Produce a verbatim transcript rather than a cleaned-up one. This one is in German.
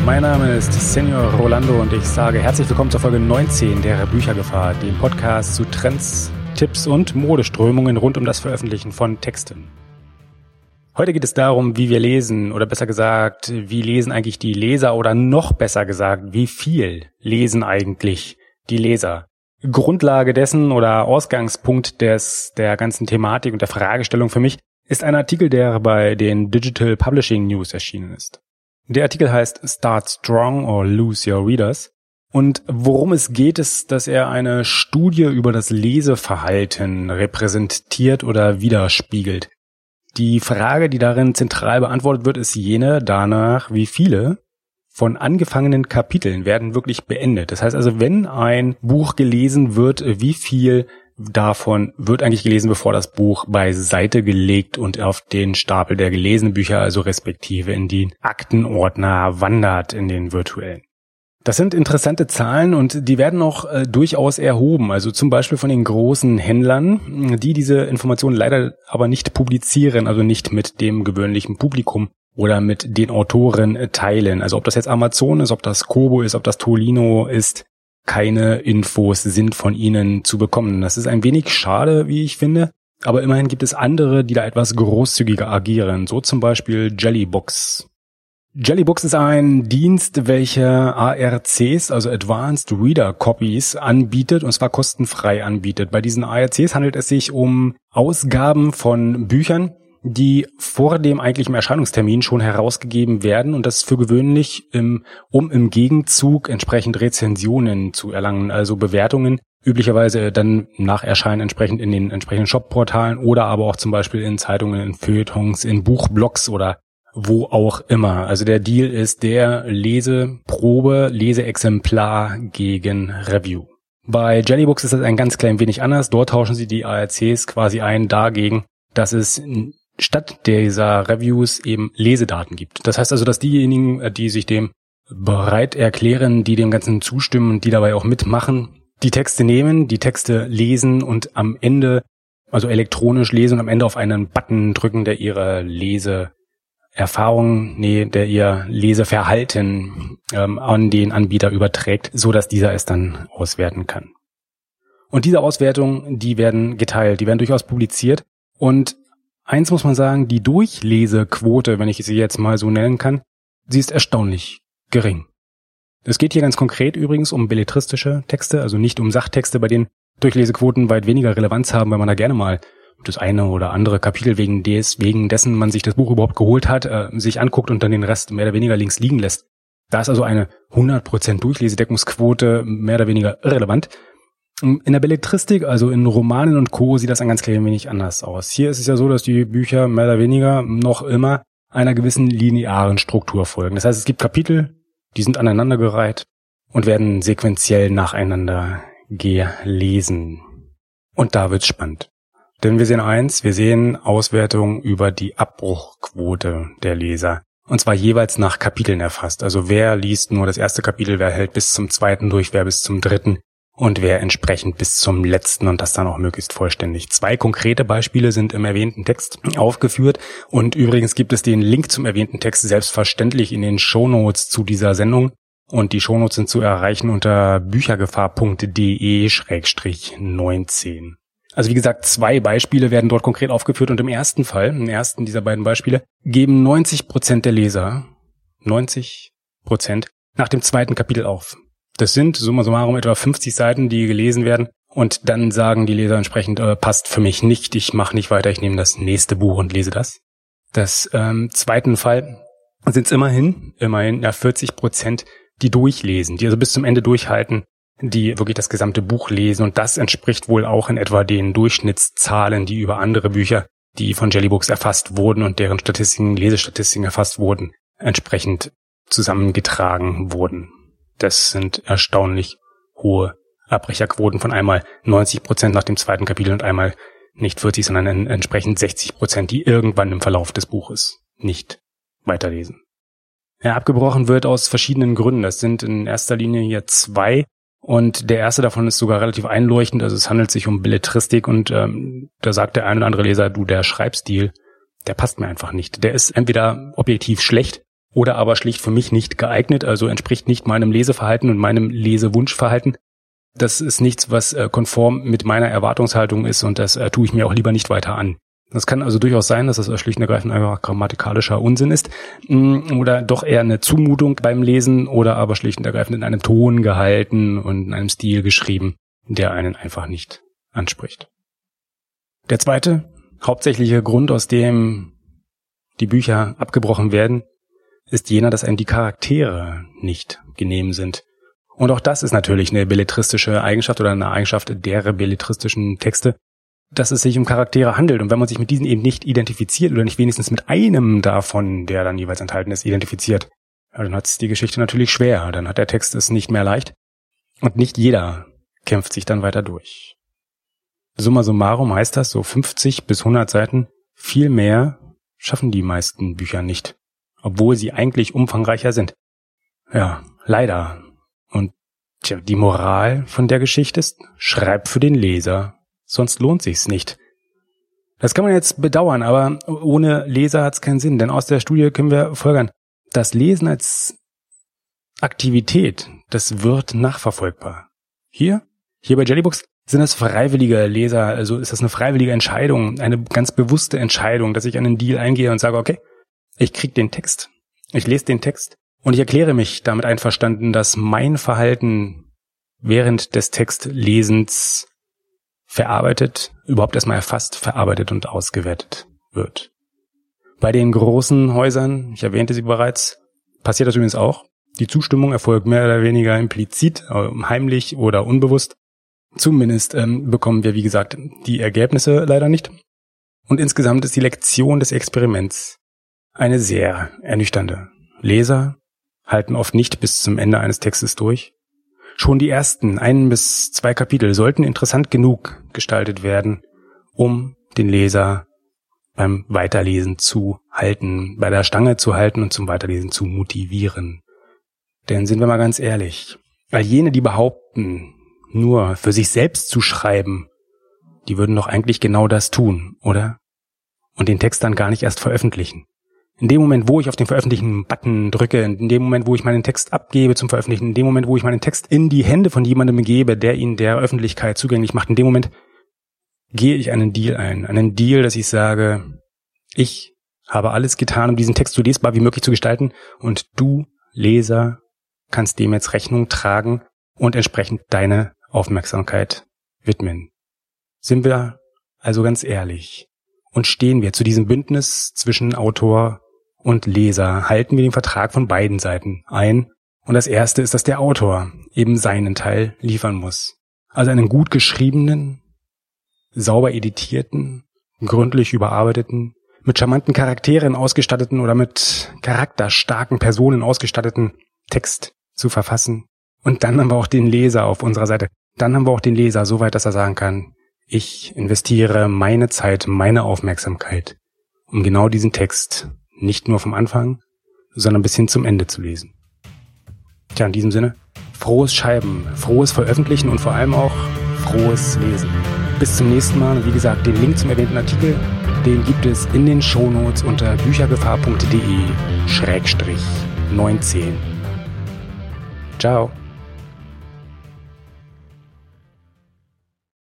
Mein Name ist Senior Rolando und ich sage herzlich willkommen zur Folge neunzehn der Büchergefahr, dem Podcast zu Trends, Tipps und Modeströmungen rund um das Veröffentlichen von Texten. Heute geht es darum, wie wir lesen oder besser gesagt, wie lesen eigentlich die Leser oder noch besser gesagt, wie viel lesen eigentlich die Leser. Grundlage dessen oder Ausgangspunkt des der ganzen Thematik und der Fragestellung für mich ist ein Artikel, der bei den Digital Publishing News erschienen ist. Der Artikel heißt Start Strong or Lose Your Readers und worum es geht, ist, dass er eine Studie über das Leseverhalten repräsentiert oder widerspiegelt. Die Frage, die darin zentral beantwortet wird, ist jene danach, wie viele von angefangenen Kapiteln werden wirklich beendet. Das heißt also, wenn ein Buch gelesen wird, wie viel davon wird eigentlich gelesen, bevor das Buch beiseite gelegt und auf den Stapel der gelesenen Bücher, also respektive in die Aktenordner wandert, in den virtuellen. Das sind interessante Zahlen und die werden auch äh, durchaus erhoben, also zum Beispiel von den großen Händlern, die diese Informationen leider aber nicht publizieren, also nicht mit dem gewöhnlichen Publikum oder mit den Autoren äh, teilen. Also ob das jetzt Amazon ist, ob das Kobo ist, ob das Tolino ist, keine Infos sind von ihnen zu bekommen. Das ist ein wenig schade, wie ich finde, aber immerhin gibt es andere, die da etwas großzügiger agieren, so zum Beispiel Jellybooks. Jellybooks ist ein Dienst, welcher A R Cs, also Advanced Reader Copies, anbietet und zwar kostenfrei anbietet. Bei diesen A R Cs handelt es sich um Ausgaben von Büchern, die vor dem eigentlichen Erscheinungstermin schon herausgegeben werden und das für gewöhnlich, im, um im Gegenzug entsprechend Rezensionen zu erlangen, also Bewertungen, üblicherweise dann nach Erscheinen entsprechend in den entsprechenden Shop-Portalen oder aber auch zum Beispiel in Zeitungen, in Feuilletons, in Buchblogs oder wo auch immer. Also der Deal ist der Leseprobe, Leseexemplar gegen Review. Bei Jellybooks ist das ein ganz klein wenig anders. Dort tauschen sie die A R Cs quasi ein dagegen, dass es statt dieser Reviews eben Lesedaten gibt. Das heißt also, dass diejenigen, die sich dem bereit erklären, die dem Ganzen zustimmen, die dabei auch mitmachen, die Texte nehmen, die Texte lesen und am Ende, also elektronisch lesen und am Ende auf einen Button drücken, der ihre Leseerfahrung, nee, der ihr Leseverhalten ähm, an den Anbieter überträgt, so dass dieser es dann auswerten kann. Und diese Auswertungen, die werden geteilt, die werden durchaus publiziert und eins muss man sagen, die Durchlesequote, wenn ich sie jetzt mal so nennen kann, sie ist erstaunlich gering. Es geht hier ganz konkret übrigens um belletristische Texte, also nicht um Sachtexte, bei denen Durchlesequoten weit weniger Relevanz haben, weil man da gerne mal das eine oder andere Kapitel wegen des, wegen dessen man sich das Buch überhaupt geholt hat, äh, sich anguckt und dann den Rest mehr oder weniger links liegen lässt. Da ist also eine hundert Prozent Durchlesedeckungsquote mehr oder weniger irrelevant. In der Belletristik, also in Romanen und Co., sieht das ein ganz klein wenig anders aus. Hier ist es ja so, dass die Bücher mehr oder weniger noch immer einer gewissen linearen Struktur folgen. Das heißt, es gibt Kapitel, die sind aneinandergereiht und werden sequenziell nacheinander gelesen. Und da wird's spannend. Denn wir sehen eins, wir sehen Auswertungen über die Abbruchquote der Leser. Und zwar jeweils nach Kapiteln erfasst. Also wer liest nur das erste Kapitel, wer hält bis zum zweiten durch, wer bis zum dritten. Und wer entsprechend bis zum letzten und das dann auch möglichst vollständig. Zwei konkrete Beispiele sind im erwähnten Text aufgeführt und übrigens gibt es den Link zum erwähnten Text selbstverständlich in den Shownotes zu dieser Sendung und die Shownotes sind zu erreichen unter büchergefahr punkt de schrägstrich neunzehn. Also wie gesagt, zwei Beispiele werden dort konkret aufgeführt und im ersten Fall, im ersten dieser beiden Beispiele, geben neunzig Prozent der Leser, neunzig Prozent, nach dem zweiten Kapitel auf. Das sind summa summarum etwa fünfzig Seiten, die gelesen werden und dann sagen die Leser entsprechend, äh, passt für mich nicht, ich mache nicht weiter, ich nehme das nächste Buch und lese das. Das ähm, zweiten Fall sind es immerhin, immerhin ja vierzig Prozent, die durchlesen, die also bis zum Ende durchhalten, die wirklich das gesamte Buch lesen und das entspricht wohl auch in etwa den Durchschnittszahlen, die über andere Bücher, die von Jellybooks erfasst wurden und deren Statistiken, Lesestatistiken erfasst wurden, entsprechend zusammengetragen wurden. Das sind erstaunlich hohe Abbrecherquoten von einmal neunzig Prozent nach dem zweiten Kapitel und einmal nicht vierzig, sondern entsprechend sechzig Prozent, die irgendwann im Verlauf des Buches nicht weiterlesen. Ja, abgebrochen wird aus verschiedenen Gründen. Das sind in erster Linie hier zwei und der erste davon ist sogar relativ einleuchtend. Also es handelt sich um Belletristik und ähm, da sagt der ein oder andere Leser, du, der Schreibstil, der passt mir einfach nicht. Der ist entweder objektiv schlecht oder aber schlicht für mich nicht geeignet, also entspricht nicht meinem Leseverhalten und meinem Lesewunschverhalten. Das ist nichts, was äh, konform mit meiner Erwartungshaltung ist und das äh, tue ich mir auch lieber nicht weiter an. Das kann also durchaus sein, dass das schlicht und ergreifend einfach grammatikalischer Unsinn ist oder doch eher eine Zumutung beim Lesen oder aber schlicht und ergreifend in einem Ton gehalten und in einem Stil geschrieben, der einen einfach nicht anspricht. Der zweite hauptsächliche Grund, aus dem die Bücher abgebrochen werden, ist jener, dass einem die Charaktere nicht genehm sind. Und auch das ist natürlich eine belletristische Eigenschaft oder eine Eigenschaft der belletristischen Texte, dass es sich um Charaktere handelt. Und wenn man sich mit diesen eben nicht identifiziert oder nicht wenigstens mit einem davon, der dann jeweils enthalten ist, identifiziert, ja, dann hat es die Geschichte natürlich schwer. Dann hat der Text es nicht mehr leicht. Und nicht jeder kämpft sich dann weiter durch. Summa summarum heißt das, so fünfzig bis hundert Seiten, viel mehr schaffen die meisten Bücher nicht, obwohl sie eigentlich umfangreicher sind. Ja, leider. Und tja, die Moral von der Geschichte ist, schreib für den Leser, sonst lohnt sich's nicht. Das kann man jetzt bedauern, aber ohne Leser hat's keinen Sinn, denn aus der Studie können wir folgern, das Lesen als Aktivität, das wird nachverfolgbar. Hier, hier bei Jellybooks sind das freiwillige Leser, also ist das eine freiwillige Entscheidung, eine ganz bewusste Entscheidung, dass ich einen Deal eingehe und sage, okay, ich krieg den Text, ich lese den Text und ich erkläre mich damit einverstanden, dass mein Verhalten während des Textlesens verarbeitet, überhaupt erstmal erfasst, verarbeitet und ausgewertet wird. Bei den großen Häusern, ich erwähnte sie bereits, passiert das übrigens auch. Die Zustimmung erfolgt mehr oder weniger implizit, heimlich oder unbewusst. Zumindest ähm, bekommen wir, wie gesagt, die Ergebnisse leider nicht. Und insgesamt ist die Lektion des Experiments eine sehr ernüchternde. Leser halten oft nicht bis zum Ende eines Textes durch. Schon die ersten ein bis zwei Kapitel sollten interessant genug gestaltet werden, um den Leser beim Weiterlesen zu halten, bei der Stange zu halten und zum Weiterlesen zu motivieren. Denn sind wir mal ganz ehrlich, all jene, die behaupten, nur für sich selbst zu schreiben, die würden doch eigentlich genau das tun, oder? Und den Text dann gar nicht erst veröffentlichen. In dem Moment, wo ich auf den Veröffentlichen-Button drücke, in dem Moment, wo ich meinen Text abgebe zum Veröffentlichen, in dem Moment, wo ich meinen Text in die Hände von jemandem gebe, der ihn der Öffentlichkeit zugänglich macht, in dem Moment gehe ich einen Deal ein. Einen Deal, dass ich sage, ich habe alles getan, um diesen Text so lesbar wie möglich zu gestalten und du, Leser, kannst dem jetzt Rechnung tragen und entsprechend deine Aufmerksamkeit widmen. Sind wir also ganz ehrlich und stehen wir zu diesem Bündnis zwischen Autor und Leser, halten wir den Vertrag von beiden Seiten ein. Und das Erste ist, dass der Autor eben seinen Teil liefern muss. Also einen gut geschriebenen, sauber editierten, gründlich überarbeiteten, mit charmanten Charakteren ausgestatteten oder mit charakterstarken Personen ausgestatteten Text zu verfassen. Und dann haben wir auch den Leser auf unserer Seite. Dann haben wir auch den Leser so weit, dass er sagen kann, ich investiere meine Zeit, meine Aufmerksamkeit, um genau diesen Text nicht nur vom Anfang, sondern bis hin zum Ende zu lesen. Tja, in diesem Sinne, frohes Schreiben, frohes Veröffentlichen und vor allem auch frohes Lesen. Bis zum nächsten Mal. Und wie gesagt, den Link zum erwähnten Artikel, den gibt es in den Shownotes unter büchergefahr punkt de schrägstrich neunzehn. Ciao.